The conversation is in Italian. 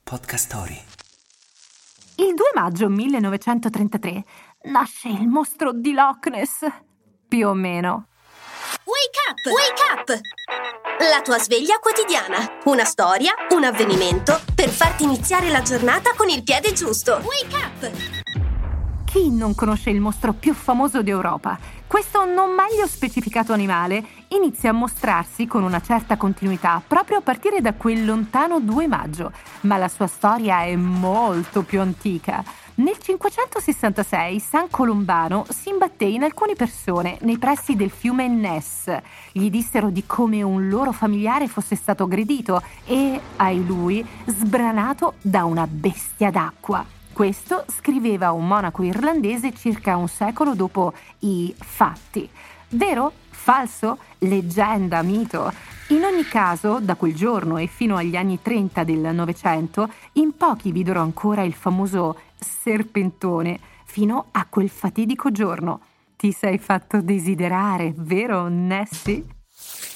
Podcast Story. Il 2 maggio 1933 nasce il mostro di Loch Ness, più o meno. Wake up! La tua sveglia quotidiana. Una storia, un avvenimento per farti iniziare la giornata con il piede giusto. Wake up! Chi non conosce il mostro più famoso d'Europa? Questo non meglio specificato animale inizia a mostrarsi con una certa continuità proprio a partire da quel lontano 2 maggio, ma la sua storia è molto più antica. Nel 566 San Colombano si imbatté in alcune persone nei pressi del fiume Ness. Gli dissero di come un loro familiare fosse stato aggredito e, ai lui, sbranato da una bestia d'acqua. Questo scriveva un monaco irlandese circa un secolo dopo i fatti. Vero? Falso? Leggenda? Mito? In ogni caso, da quel giorno e fino agli anni 30 del Novecento, in pochi videro ancora il famoso serpentone, fino a quel fatidico giorno. Ti sei fatto desiderare, vero, Nessie?